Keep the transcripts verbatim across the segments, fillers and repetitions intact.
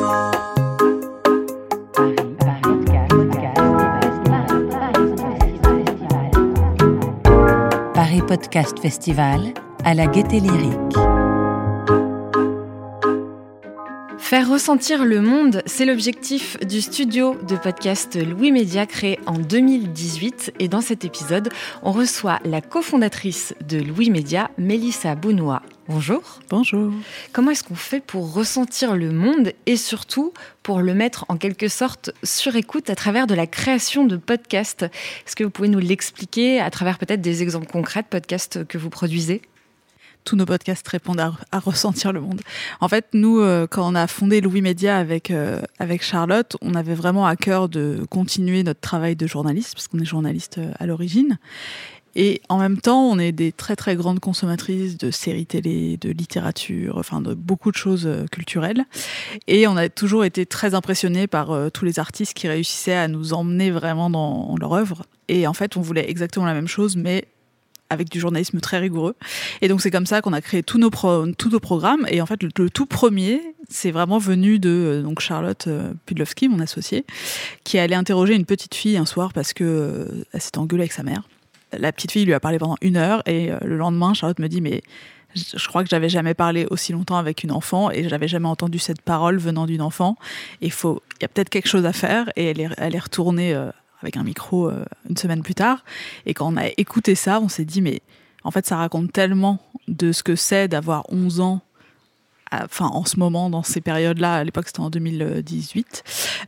Paris Podcast Festival à la Gaîté Lyrique. Faire ressentir le monde, c'est l'objectif du studio de podcast Louis Média créé en deux mille dix-huit. Et dans cet épisode, on reçoit la cofondatrice de Louis Média, Mélissa Bounoua. Bonjour. Bonjour. Comment est-ce qu'on fait pour ressentir le monde et surtout pour le mettre en quelque sorte sur écoute à travers de la création de podcasts ? Est-ce que vous pouvez nous l'expliquer à travers peut-être des exemples concrets de podcasts que vous produisez ? Tous nos podcasts répondent à, à ressentir le monde. En fait, nous, euh, quand on a fondé Louis Média avec, euh, avec Charlotte, on avait vraiment à cœur de continuer notre travail de journaliste, parce qu'on est journaliste euh, à l'origine. Et en même temps, on est des très très grandes consommatrices de séries télé, de littérature, enfin de beaucoup de choses euh, culturelles. Et on a toujours été très impressionnés par euh, tous les artistes qui réussissaient à nous emmener vraiment dans leur œuvre. Et en fait, on voulait exactement la même chose, mais avec du journalisme très rigoureux. Et donc, c'est comme ça qu'on a créé tous nos, pro- tous nos programmes. Et en fait, le, le tout premier, c'est vraiment venu de euh, donc Charlotte euh, Pudlowski, mon associée, qui est allée interroger une petite fille un soir parce qu'elle euh, s'était engueulée avec sa mère. La petite fille lui a parlé pendant une heure et euh, le lendemain, Charlotte me dit « mais je, je crois que j'avais jamais parlé aussi longtemps avec une enfant et j'avais jamais entendu cette parole venant d'une enfant. Il faut, il y a peut-être quelque chose à faire. » Et elle est, elle est retournée euh, avec un micro euh, une semaine plus tard. Et quand on a écouté ça, on s'est dit, mais en fait, ça raconte tellement de ce que c'est d'avoir onze ans, à, enfin, en ce moment, dans ces périodes-là, à l'époque, c'était en deux mille dix-huit.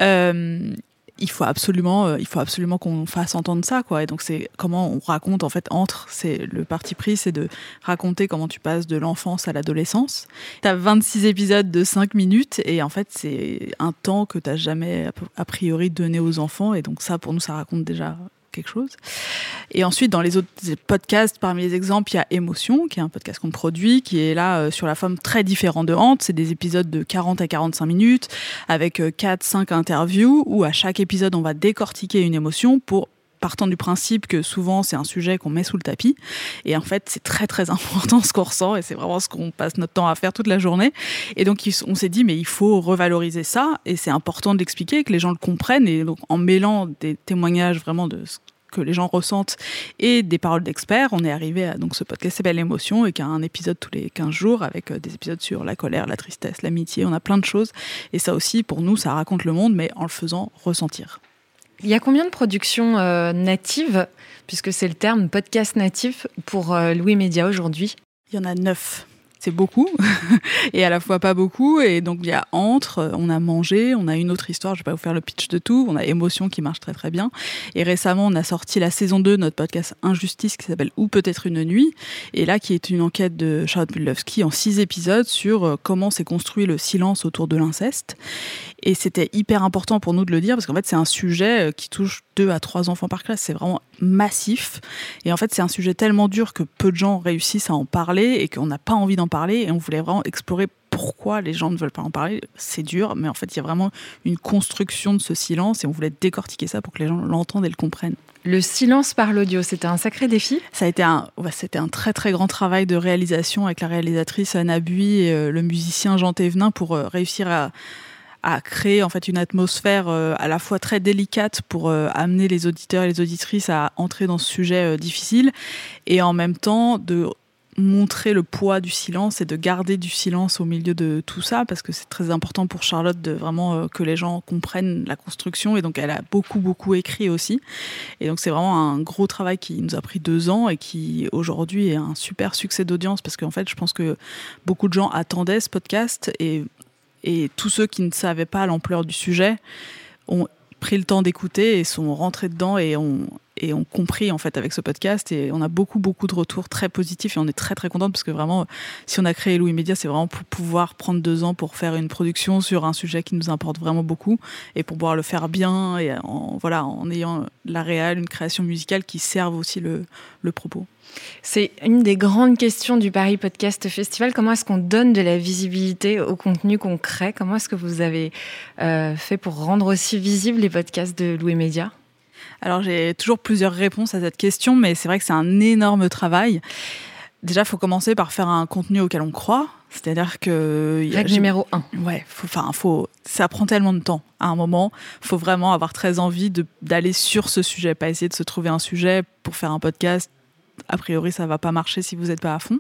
Euh, il faut absolument, euh, il faut absolument qu'on fasse entendre ça, quoi. Et donc, c'est comment on raconte, en fait, entre, c'est le parti pris, c'est de raconter comment tu passes de l'enfance à l'adolescence. T'as vingt-six épisodes de cinq minutes et en fait, c'est un temps que t'as jamais, a priori, donné aux enfants. Et donc, ça, pour nous, ça raconte déjà quelque chose. Et ensuite, dans les autres podcasts, parmi les exemples, il y a Émotion, qui est un podcast qu'on produit, qui est là euh, sur la forme très différente de Hante. C'est des épisodes de quarante à quarante-cinq minutes, avec euh, quatre à cinq interviews, où à chaque épisode, on va décortiquer une émotion pour partant du principe que souvent c'est un sujet qu'on met sous le tapis et en fait c'est très très important ce qu'on ressent et c'est vraiment ce qu'on passe notre temps à faire toute la journée et donc on s'est dit mais il faut revaloriser ça et c'est important de l'expliquer, que les gens le comprennent et donc en mêlant des témoignages vraiment de ce que les gens ressentent et des paroles d'experts, on est arrivé à donc ce podcast qui s'appelle Émotion et qui a un épisode tous les quinze jours avec des épisodes sur la colère, la tristesse, l'amitié, on a plein de choses et ça aussi pour nous ça raconte le monde mais en le faisant ressentir. Il y a combien de productions euh, natives, puisque c'est le terme podcast natif, pour euh, Louis Média aujourd'hui ? Il y en a neuf. C'est beaucoup, et à la fois pas beaucoup. Et donc, il y a Entre, on a Mangé, on a Une autre histoire, je vais pas vous faire le pitch de tout, on a Émotion qui marche très très bien. Et récemment, on a sorti la saison deux de notre podcast Injustice qui s'appelle Ou peut-être une nuit, et là, qui est une enquête de Charlotte Pudlowski en six épisodes sur comment s'est construit le silence autour de l'inceste. Et c'était hyper important pour nous de le dire, parce qu'en fait, c'est un sujet qui touche deux à trois enfants par classe, c'est vraiment massif. Et en fait, c'est un sujet tellement dur que peu de gens réussissent à en parler et qu'on n'a pas envie d'en parler. Et on voulait vraiment explorer pourquoi les gens ne veulent pas en parler. C'est dur, mais en fait, il y a vraiment une construction de ce silence et on voulait décortiquer ça pour que les gens l'entendent et le comprennent. Le silence par l'audio, c'était un sacré défi ? Ça a été un, ouais, c'était un très très grand travail de réalisation avec la réalisatrice Anna Bui et euh, le musicien Jean Thévenin pour euh, réussir à à créer en fait une atmosphère euh, à la fois très délicate pour euh, amener les auditeurs et les auditrices à entrer dans ce sujet euh, difficile et en même temps de montrer le poids du silence et de garder du silence au milieu de tout ça parce que c'est très important pour Charlotte de vraiment euh, que les gens comprennent la construction et donc elle a beaucoup beaucoup écrit aussi et donc c'est vraiment un gros travail qui nous a pris deux ans et qui aujourd'hui est un super succès d'audience parce qu'en fait je pense que beaucoup de gens attendaient ce podcast et Et tous ceux qui ne savaient pas l'ampleur du sujet ont pris le temps d'écouter et sont rentrés dedans et ont, et ont compris en fait avec ce podcast. Et on a beaucoup, beaucoup de retours très positifs et on est très, très contente parce que vraiment, si on a créé Louis Média, c'est vraiment pour pouvoir prendre deux ans pour faire une production sur un sujet qui nous importe vraiment beaucoup et pour pouvoir le faire bien et en, voilà, en ayant la réal, une création musicale qui serve aussi le, le propos. C'est une des grandes questions du Paris Podcast Festival. Comment est-ce qu'on donne de la visibilité au contenu qu'on crée ? Comment est-ce que vous avez euh, fait pour rendre aussi visibles les podcasts de Louis Média ? Alors, j'ai toujours plusieurs réponses à cette question, mais c'est vrai que c'est un énorme travail. Déjà, il faut commencer par faire un contenu auquel on croit. C'est-à-dire que... Règle numéro un. Ouais, faut, enfin, faut, ça prend tellement de temps. À un moment, il faut vraiment avoir très envie de, d'aller sur ce sujet, pas essayer de se trouver un sujet pour faire un podcast. A priori, ça ne va pas marcher si vous n'êtes pas à fond.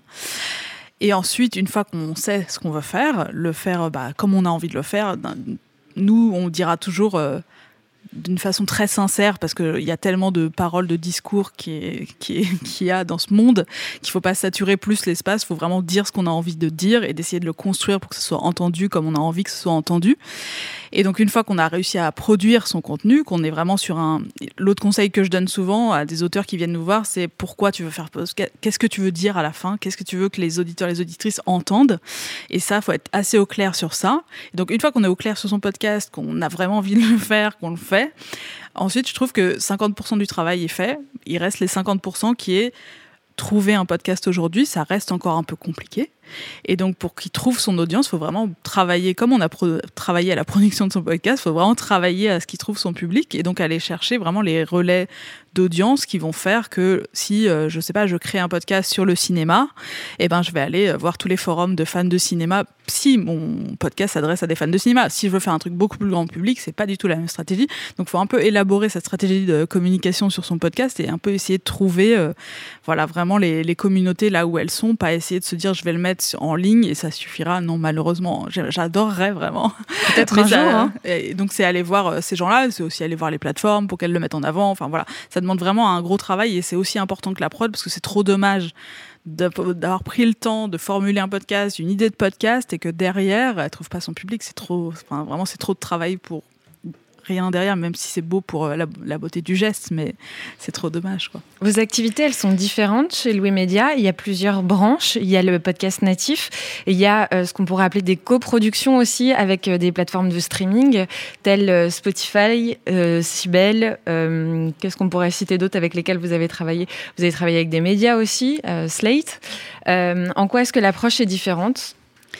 Et ensuite, une fois qu'on sait ce qu'on veut faire, le faire bah, comme on a envie de le faire, nous, on dira toujours... Euh, d'une façon très sincère, parce qu'il y a tellement de paroles, de discours qui est, qui est, qui y a dans ce monde qu'il ne faut pas saturer plus l'espace, il faut vraiment dire ce qu'on a envie de dire et d'essayer de le construire pour que ce soit entendu comme on a envie que ce soit entendu. Et donc une fois qu'on a réussi à produire son contenu, qu'on est vraiment sur un... L'autre conseil que je donne souvent à des auteurs qui viennent nous voir, c'est pourquoi tu veux faire... Qu'est-ce que tu veux dire à la fin ? Qu'est-ce que tu veux que les auditeurs et les auditrices entendent ? Et ça, il faut être assez au clair sur ça. Et donc une fois qu'on est au clair sur son podcast, qu'on a vraiment envie de le faire, qu'on le fait, ensuite je trouve que cinquante pour cent du travail est fait. Il reste les cinquante pour cent qui est trouver un podcast aujourd'hui, ça reste encore un peu compliqué. Et donc, pour qu'il trouve son audience, il faut vraiment travailler, comme on a pro- travaillé à la production de son podcast, il faut vraiment travailler à ce qu'il trouve son public et donc aller chercher vraiment les relais d'audience qui vont faire que si, euh, je sais pas, je crée un podcast sur le cinéma, eh ben, je vais aller voir tous les forums de fans de cinéma. Si mon podcast s'adresse à des fans de cinéma, si je veux faire un truc beaucoup plus grand public, c'est pas du tout la même stratégie. Donc, il faut un peu élaborer cette stratégie de communication sur son podcast et un peu essayer de trouver, euh, voilà, vraiment les, les communautés là où elles sont, pas essayer de se dire je vais le mettre en ligne et ça suffira. Non, malheureusement, j'adorerais vraiment. Peut-être un ça, jour. Hein. Et donc, c'est aller voir ces gens-là, c'est aussi aller voir les plateformes pour qu'elles le mettent en avant. Enfin, voilà, ça demande vraiment un gros travail et c'est aussi important que la prod parce que c'est trop dommage d'avoir pris le temps de formuler un podcast, une idée de podcast et que derrière, elle trouve pas son public. C'est trop, enfin, vraiment, c'est trop de travail pour rien derrière, même si c'est beau pour la, la beauté du geste, mais c'est trop dommage, quoi. Vos activités, elles sont différentes chez Louis Média. Il y a plusieurs branches. Il y a le podcast natif. Et il y a euh, ce qu'on pourrait appeler des coproductions aussi avec euh, des plateformes de streaming telles euh, Spotify, euh, Sibel. Euh, qu'est-ce qu'on pourrait citer d'autres avec lesquels vous avez travaillé ? Vous avez travaillé avec des médias aussi, euh, Slate. Euh, en quoi est-ce que l'approche est différente ?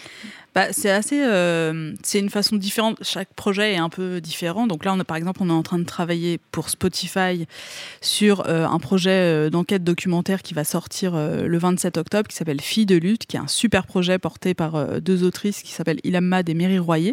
Bah, c'est assez, euh, c'est une façon différente. Chaque projet est un peu différent. Donc là, on a, par exemple, on est en train de travailler pour Spotify sur euh, un projet euh, d'enquête documentaire qui va sortir euh, le vingt-sept octobre, qui s'appelle Filles de lutte, qui est un super projet porté par euh, deux autrices qui s'appellent Ilham Mad et Méry Royer.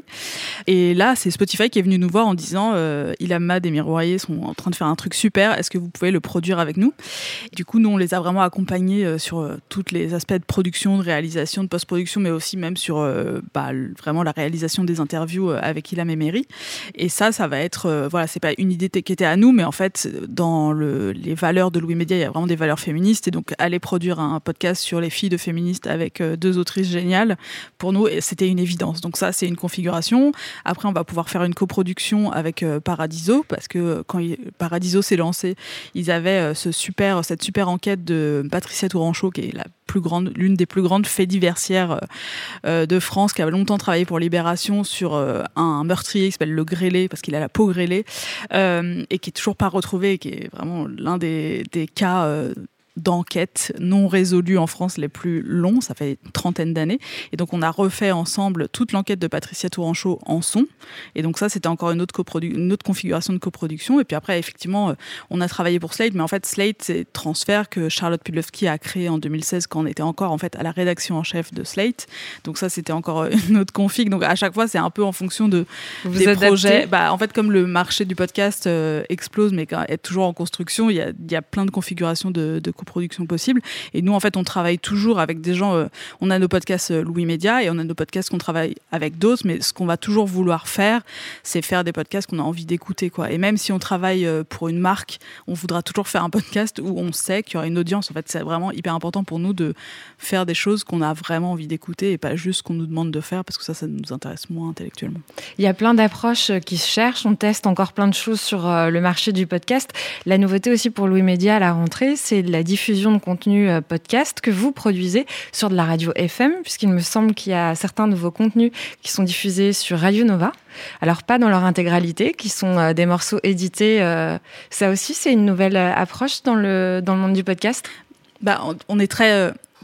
Et là, c'est Spotify qui est venu nous voir en disant euh, Ilham Mad et Méry Royer sont en train de faire un truc super. Est-ce que vous pouvez le produire avec nous ? Et du coup, nous, on les a vraiment accompagnés euh, sur euh, tous les aspects de production, de réalisation, de post-production, mais aussi même sur euh, Bah, vraiment la réalisation des interviews avec Ilham et Méry. Et ça, ça va être, euh, voilà, c'est pas une idée qui était à nous, mais en fait, dans le, les valeurs de Louis Média, il y a vraiment des valeurs féministes. Et donc, aller produire un podcast sur les filles de féministes avec euh, deux autrices géniales, pour nous, c'était une évidence. Donc ça, c'est une configuration. Après, on va pouvoir faire une coproduction avec euh, Paradiso, parce que quand il, Paradiso s'est lancé, ils avaient euh, ce super, cette super enquête de Patricia Touranchot, qui est la plus grande, l'une des plus grandes faits diversières euh, de France, qui a longtemps travaillé pour Libération sur euh, un meurtrier qui s'appelle le grêlé, parce qu'il a la peau grêlée, euh, et qui est toujours pas retrouvé, et qui est vraiment l'un des, des cas euh, d'enquête non résolus en France les plus longs, ça fait une trentaine d'années. Et donc on a refait ensemble toute l'enquête de Patricia Touranchot en son. Et donc ça, c'était encore une autre, coprodu- une autre configuration de coproduction. Et puis après, effectivement, on a travaillé pour Slate, mais en fait, Slate, c'est Transfert que Charlotte Pudlowski a créé en deux mille seize quand on était encore en fait à la rédaction en chef de Slate. Donc ça, c'était encore une autre config. Donc à chaque fois, c'est un peu en fonction de Vous des adaptez. projets. Bah, en fait, comme le marché du podcast euh, explose, mais est toujours en construction, il y a, il y a plein de configurations de, de production possible. Et nous, en fait, on travaille toujours avec des gens. Euh, on a nos podcasts euh, Louis Média et on a nos podcasts qu'on travaille avec d'autres. Mais ce qu'on va toujours vouloir faire, c'est faire des podcasts qu'on a envie d'écouter, quoi. Et même si on travaille euh, pour une marque, on voudra toujours faire un podcast où on sait qu'il y aura une audience. En fait, c'est vraiment hyper important pour nous de faire des choses qu'on a vraiment envie d'écouter et pas juste ce qu'on nous demande de faire, parce que ça, ça nous intéresse moins intellectuellement. Il y a plein d'approches qui se cherchent. On teste encore plein de choses sur euh, le marché du podcast. La nouveauté aussi pour Louis Média à la rentrée, c'est la diffusion de contenu euh, podcast que vous produisez sur de la radio F M, puisqu'il me semble qu'il y a certains de vos contenus qui sont diffusés sur Radio Nova. Alors, pas dans leur intégralité, qui sont euh, des morceaux édités. Euh, ça aussi, c'est une nouvelle euh, approche dans le, dans le monde du podcast ? Bah, on, on est très... Euh...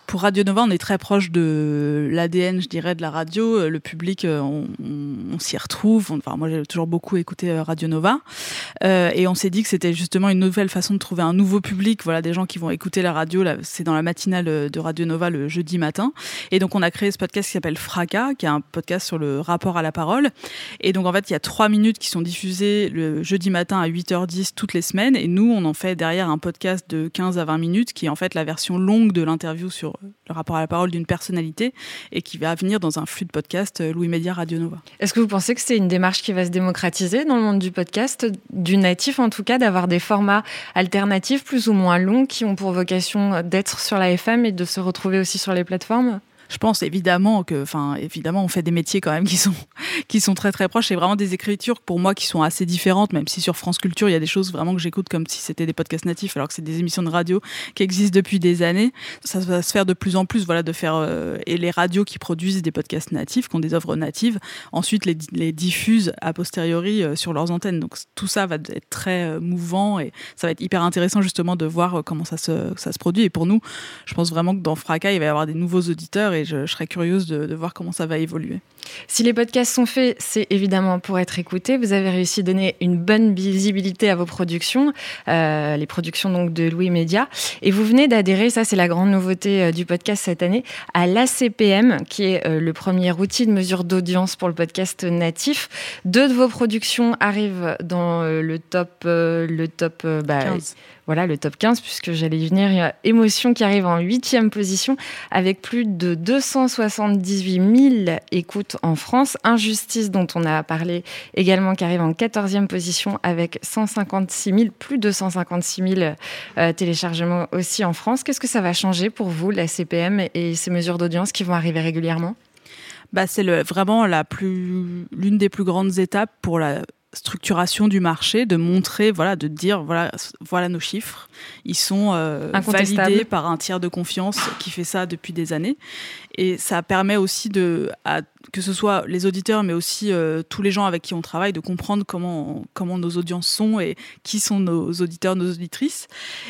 Pour Radio Nova, on est très proche de l'A D N, je dirais, de la radio. Le public, on, on, on s'y retrouve. Enfin, moi, j'ai toujours beaucoup écouté Radio Nova. Euh, et on s'est dit que c'était justement une nouvelle façon de trouver un nouveau public. Voilà, des gens qui vont écouter la radio. Là, c'est dans la matinale de Radio Nova le jeudi matin. Et donc, on a créé ce podcast qui s'appelle Fracas, qui est un podcast sur le rapport à la parole. Et donc, en fait, il y a trois minutes qui sont diffusées le jeudi matin à huit heures dix toutes les semaines. Et nous, on en fait derrière un podcast de quinze à vingt minutes, qui est en fait la version longue de l'interview sur le rapport à la parole d'une personnalité et qui va venir dans un flux de podcast Louis Média Radio Nova. Est-ce que vous pensez que c'est une démarche qui va se démocratiser dans le monde du podcast, du natif en tout cas, d'avoir des formats alternatifs plus ou moins longs qui ont pour vocation d'être sur la F M et de se retrouver aussi sur les plateformes ? Je pense évidemment que, enfin, évidemment, on fait des métiers quand même qui sont, qui sont très très proches. C'est vraiment des écritures pour moi qui sont assez différentes, même si sur France Culture, il y a des choses vraiment que j'écoute comme si c'était des podcasts natifs, alors que c'est des émissions de radio qui existent depuis des années. Ça va se faire de plus en plus, voilà, de faire, euh, et les radios qui produisent des podcasts natifs, qui ont des œuvres natives, ensuite les, les diffusent a posteriori euh, sur leurs antennes. Donc tout ça va être très euh, mouvant et ça va être hyper intéressant justement de voir euh, comment ça se, ça se produit. Et pour nous, je pense vraiment que dans Fracas, il va y avoir des nouveaux auditeurs et je, je serais curieuse de, de voir comment ça va évoluer. Si les podcasts sont faits, c'est évidemment pour être écoutés. Vous avez réussi à donner une bonne visibilité à vos productions, euh, les productions donc de Louis Média. Et vous venez d'adhérer, ça c'est la grande nouveauté euh, du podcast cette année, à l'A C P M, qui est euh, le premier outil de mesure d'audience pour le podcast natif. Deux de vos productions arrivent dans euh, le top, euh, le top euh, bah, quinze. Voilà, le top quinze, puisque j'allais y venir. Il y a Émotion qui arrive en huitième position avec plus de deux cent soixante-dix-huit mille écoutes en France. Injustice, dont on a parlé également, qui arrive en quatorzième position avec cent cinquante-six mille, plus de cent cinquante-six mille euh, téléchargements aussi en France. Qu'est-ce que ça va changer pour vous, la C P M, et ces mesures d'audience qui vont arriver régulièrement ? Bah, c'est le, vraiment la plus, l'une des plus grandes étapes pour la structuration du marché, de montrer, voilà, de dire, voilà, voilà nos chiffres. Ils sont euh, validés par un tiers de confiance qui fait ça depuis des années. Et ça permet aussi de, à, que ce soit les auditeurs, mais aussi euh, tous les gens avec qui on travaille, de comprendre comment, comment nos audiences sont et qui sont nos auditeurs, nos auditrices.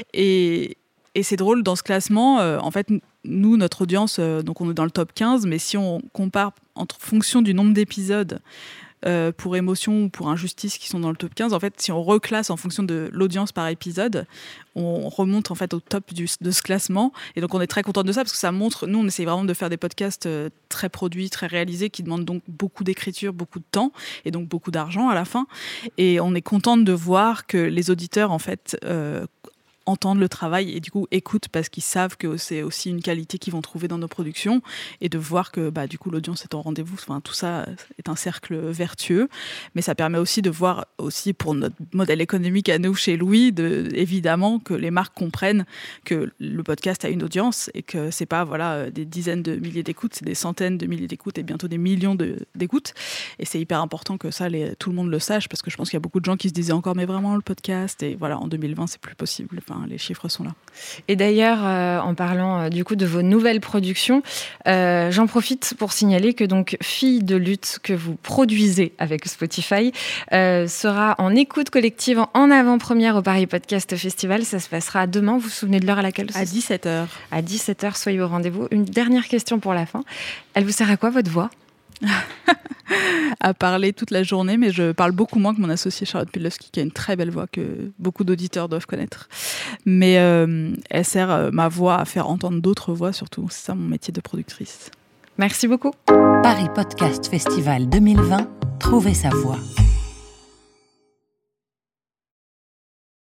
Et, et c'est drôle, dans ce classement, euh, en fait, nous, notre audience, euh, donc on est dans le top quinze, mais si on compare en fonction du nombre d'épisodes, Euh, pour Émotion ou pour Injustice qui sont dans le top quinze, en fait, si on reclasse en fonction de l'audience par épisode, on remonte en fait au top du, de ce classement. Et donc on est très content de ça parce que ça montre, nous on essaie vraiment de faire des podcasts euh, très produits, très réalisés, qui demandent donc beaucoup d'écriture, beaucoup de temps et donc beaucoup d'argent à la fin. Et on est contente de voir que les auditeurs en fait euh, entendent le travail et du coup écoutent parce qu'ils savent que c'est aussi une qualité qu'ils vont trouver dans nos productions, et de voir que bah, du coup l'audience est au rendez-vous. Enfin, tout ça est un cercle vertueux, mais ça permet aussi de voir aussi pour notre modèle économique à nous chez Louis, de, évidemment que les marques comprennent que le podcast a une audience et que c'est pas voilà, des dizaines de milliers d'écoutes, c'est des centaines de milliers d'écoutes et bientôt des millions de, d'écoutes, et c'est hyper important que ça les, tout le monde le sache, parce que je pense qu'il y a beaucoup de gens qui se disaient encore mais vraiment le podcast, et voilà, en deux mille vingt c'est plus possible. Enfin, les chiffres sont là. Et d'ailleurs, euh, en parlant euh, du coup de vos nouvelles productions, euh, j'en profite pour signaler que donc Filles de lutte, que vous produisez avec Spotify, euh, sera en écoute collective en avant-première au Paris Podcast Festival. Ça se passera demain. Vous vous souvenez de l'heure à laquelle ? À dix-sept heures. À dix-sept heures, soyez au rendez-vous. Une dernière question pour la fin. Elle vous sert à quoi, votre voix ? À parler toute la journée, mais je parle beaucoup moins que mon associée Charlotte Pudlowski, qui a une très belle voix que beaucoup d'auditeurs doivent connaître. Mais euh, elle sert euh, ma voix à faire entendre d'autres voix, surtout. C'est ça mon métier de productrice. Merci beaucoup. Paris Podcast Festival deux mille vingt, trouvez sa voix.